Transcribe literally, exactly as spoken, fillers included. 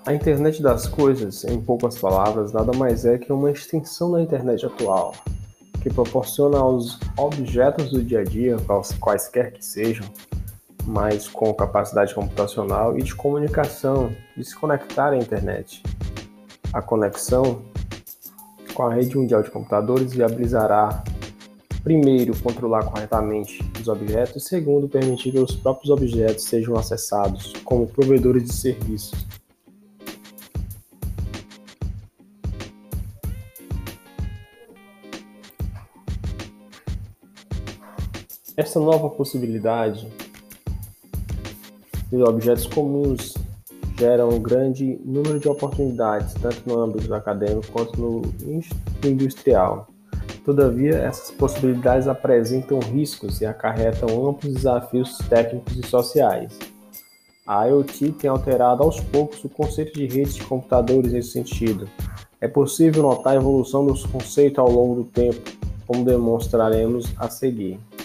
A internet das coisas, em poucas palavras, nada mais é que uma extensão da internet atual, que proporciona aos objetos do dia a dia, quais- quaisquer que sejam, mas com capacidade computacional e de comunicação, de se conectar à internet. A conexão com a rede mundial de computadores viabilizará, primeiro, controlar corretamente os objetos e, segundo, permitir que os próprios objetos sejam acessados como provedores de serviços. Essa nova possibilidade de objetos comuns gera um grande número de oportunidades, tanto no âmbito acadêmico quanto no industrial. Todavia, essas possibilidades apresentam riscos e acarretam amplos desafios técnicos e sociais. A IoT tem alterado aos poucos o conceito de redes de computadores nesse sentido. É possível notar a evolução dos conceitos ao longo do tempo, como demonstraremos a seguir.